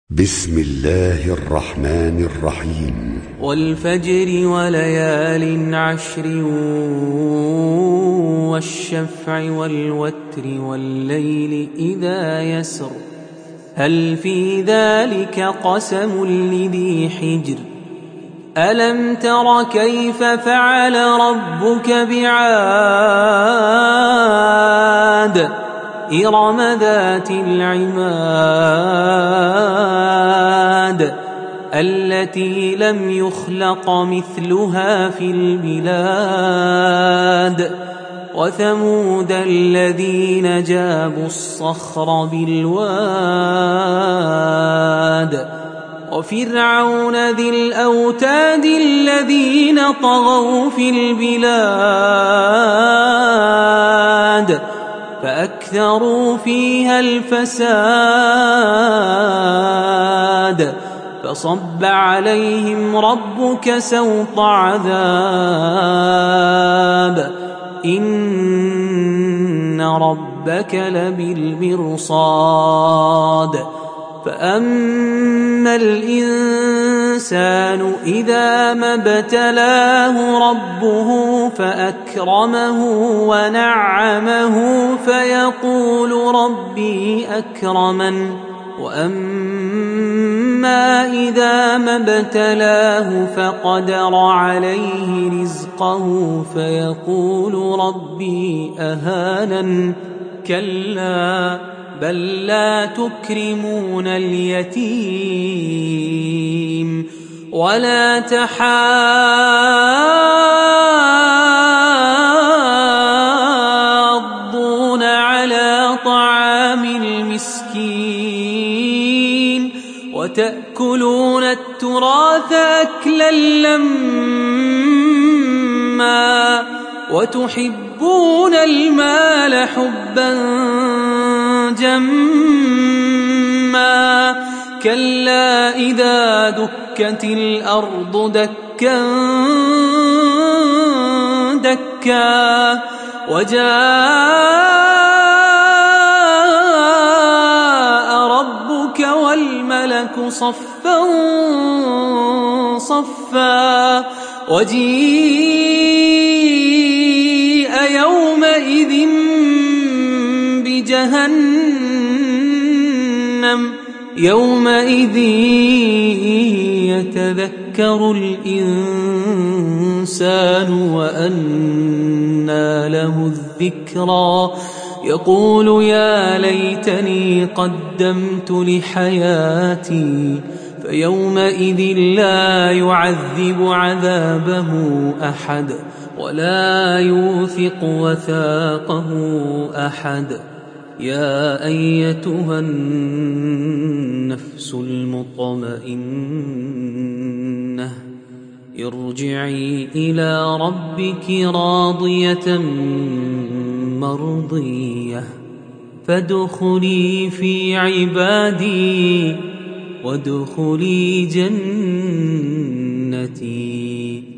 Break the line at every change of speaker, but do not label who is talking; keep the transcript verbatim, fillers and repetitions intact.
بسم الله الرحمن الرحيم.
والفجر وليال عشر والشفع والوتر والليل إذا يسر هل في ذلك قسم لذي حجر ألم تر كيف فعل ربك بعاد إرم ذات العماد التي لم يخلق مثلها في البلاد وثمود الذين جابوا الصخر بالواد وفرعون ذي الأوتاد الذين طغوا في البلاد فأكثروا فيها الفساد فصب عليهم ربك سوط عذاب إن ربك لبالمرصاد فأما الإنسان إذا ما ابتلاه ربه فأكرمه ونعمه فيقول ربي أكرمن وأما إذا ما ابتلاه فقدر عليه رزقه فيقول ربي أهانن كلا بل لا تكرمون اليتيم ولا تحاضون على طعام المسكين وتأكلون التراث أكلا لما وتحبون المال حبا جما كلا إذا دكت الأرض دكا دكا وجاء ربك والملك صفا صفا وجيء يومئذ بجهنم يومئذ يتذكر الإنسان وأنى له الذكرى يقول يا ليتني قدمت لحياتي فيومئذ لا يعذب عذابه أحد ولا يوثق وثاقه أحد يا أيتها النفس المطمئنة ارجعي إلى ربك راضية مرضية فادخلي في عبادي وادخلي جنتي.